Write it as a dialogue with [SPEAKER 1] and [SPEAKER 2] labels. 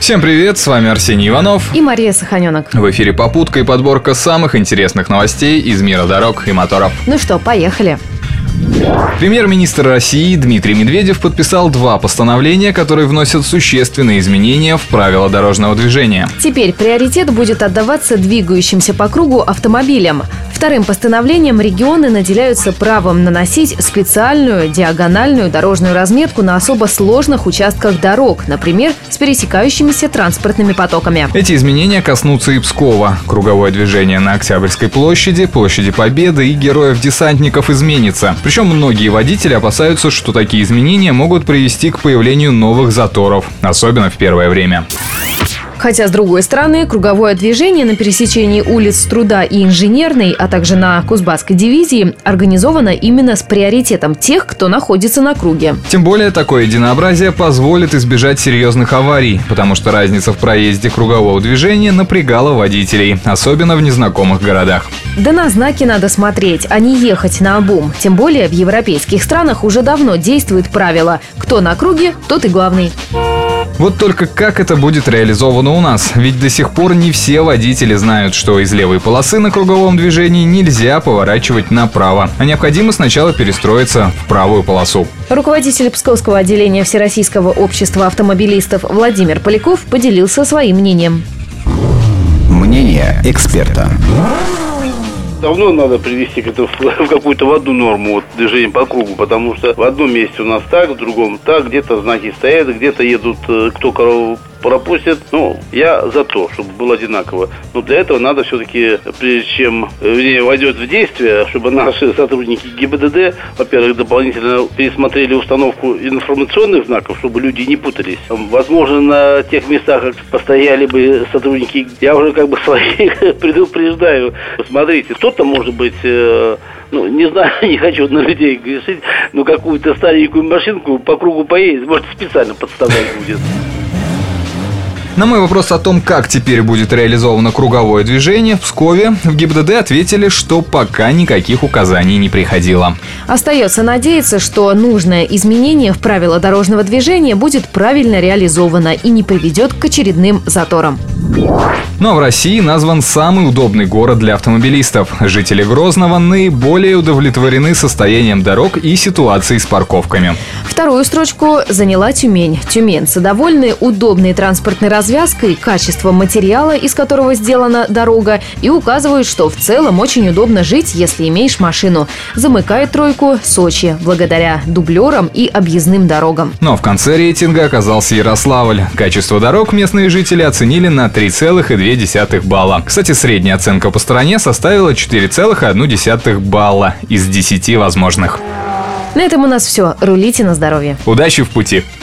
[SPEAKER 1] Всем привет, с вами Арсений Иванов
[SPEAKER 2] и Мария Саханенок.
[SPEAKER 1] В эфире «Попутка» и подборка самых интересных новостей из мира дорог и моторов.
[SPEAKER 2] Ну что, поехали.
[SPEAKER 1] Премьер-министр России Дмитрий Медведев подписал 2 постановления, которые вносят существенные изменения в правила дорожного движения.
[SPEAKER 2] Теперь приоритет будет отдаваться двигающимся по кругу автомобилям. Вторым постановлением регионы наделяются правом наносить специальную диагональную дорожную разметку на особо сложных участках дорог, например, с пересекающимися транспортными потоками.
[SPEAKER 1] Эти изменения коснутся и Пскова. Круговое движение на Октябрьской площади, площади Победы и Героев-десантников изменится. Причем многие водители опасаются, что такие изменения могут привести к появлению новых заторов, особенно в первое время.
[SPEAKER 2] Хотя, с другой стороны, круговое движение на пересечении улиц Труда и Инженерной, а также на Кузбасской дивизии, организовано именно с приоритетом тех, кто находится на круге.
[SPEAKER 1] Тем более, такое единообразие позволит избежать серьезных аварий, потому что разница в проезде кругового движения напрягала водителей, особенно в незнакомых городах.
[SPEAKER 2] Да на знаки надо смотреть, а не ехать наобум. Тем более, в европейских странах уже давно действует правило «кто на круге, тот и главный».
[SPEAKER 1] Вот только как это будет реализовано у нас? Ведь до сих пор не все водители знают, что из левой полосы на круговом движении нельзя поворачивать направо, а необходимо сначала перестроиться в правую полосу.
[SPEAKER 2] Руководитель Псковского отделения Всероссийского общества автомобилистов Владимир Поляков поделился своим мнением.
[SPEAKER 3] Мнение эксперта.
[SPEAKER 4] Давно надо привести это в какую-то в одну норму движение по кругу, потому что в одном месте у нас так, в другом так, где-то знаки стоят, где-то едут, кто корову пропустит. Я за то, чтобы было одинаково. Но для этого надо все-таки, прежде чем войдет в действие, чтобы наши сотрудники ГИБДД, во-первых, дополнительно пересмотрели установку информационных знаков, чтобы люди не путались. Возможно, на тех местах, как постояли бы сотрудники, я уже своих предупреждаю. Смотрите, кто-то, может быть, не знаю, не хочу на людей грешить, но какую-то старенькую машинку по кругу поедет, может, специально подставлять будет.
[SPEAKER 1] На мой вопрос о том, как теперь будет реализовано круговое движение в Пскове, в ГИБДД ответили, что пока никаких указаний не приходило.
[SPEAKER 2] Остается надеяться, что нужное изменение в правила дорожного движения будет правильно реализовано и не приведет к очередным заторам.
[SPEAKER 1] Ну а в России назван самый удобный город для автомобилистов. Жители Грозного наиболее удовлетворены состоянием дорог и ситуацией с парковками.
[SPEAKER 2] Вторую строчку заняла Тюмень. Тюменцы довольны удобной транспортной развязкой, качеством материала, из которого сделана дорога, и указывают, что в целом очень удобно жить, если имеешь машину. Замыкает тройку Сочи, благодаря дублерам и объездным дорогам.
[SPEAKER 1] Но в конце рейтинга оказался Ярославль. Качество дорог местные жители оценили на 3,2 балла. Кстати, средняя оценка по стране составила 4,1 балла из 10 возможных.
[SPEAKER 2] На этом у нас все. Рулите на здоровье.
[SPEAKER 1] Удачи в пути!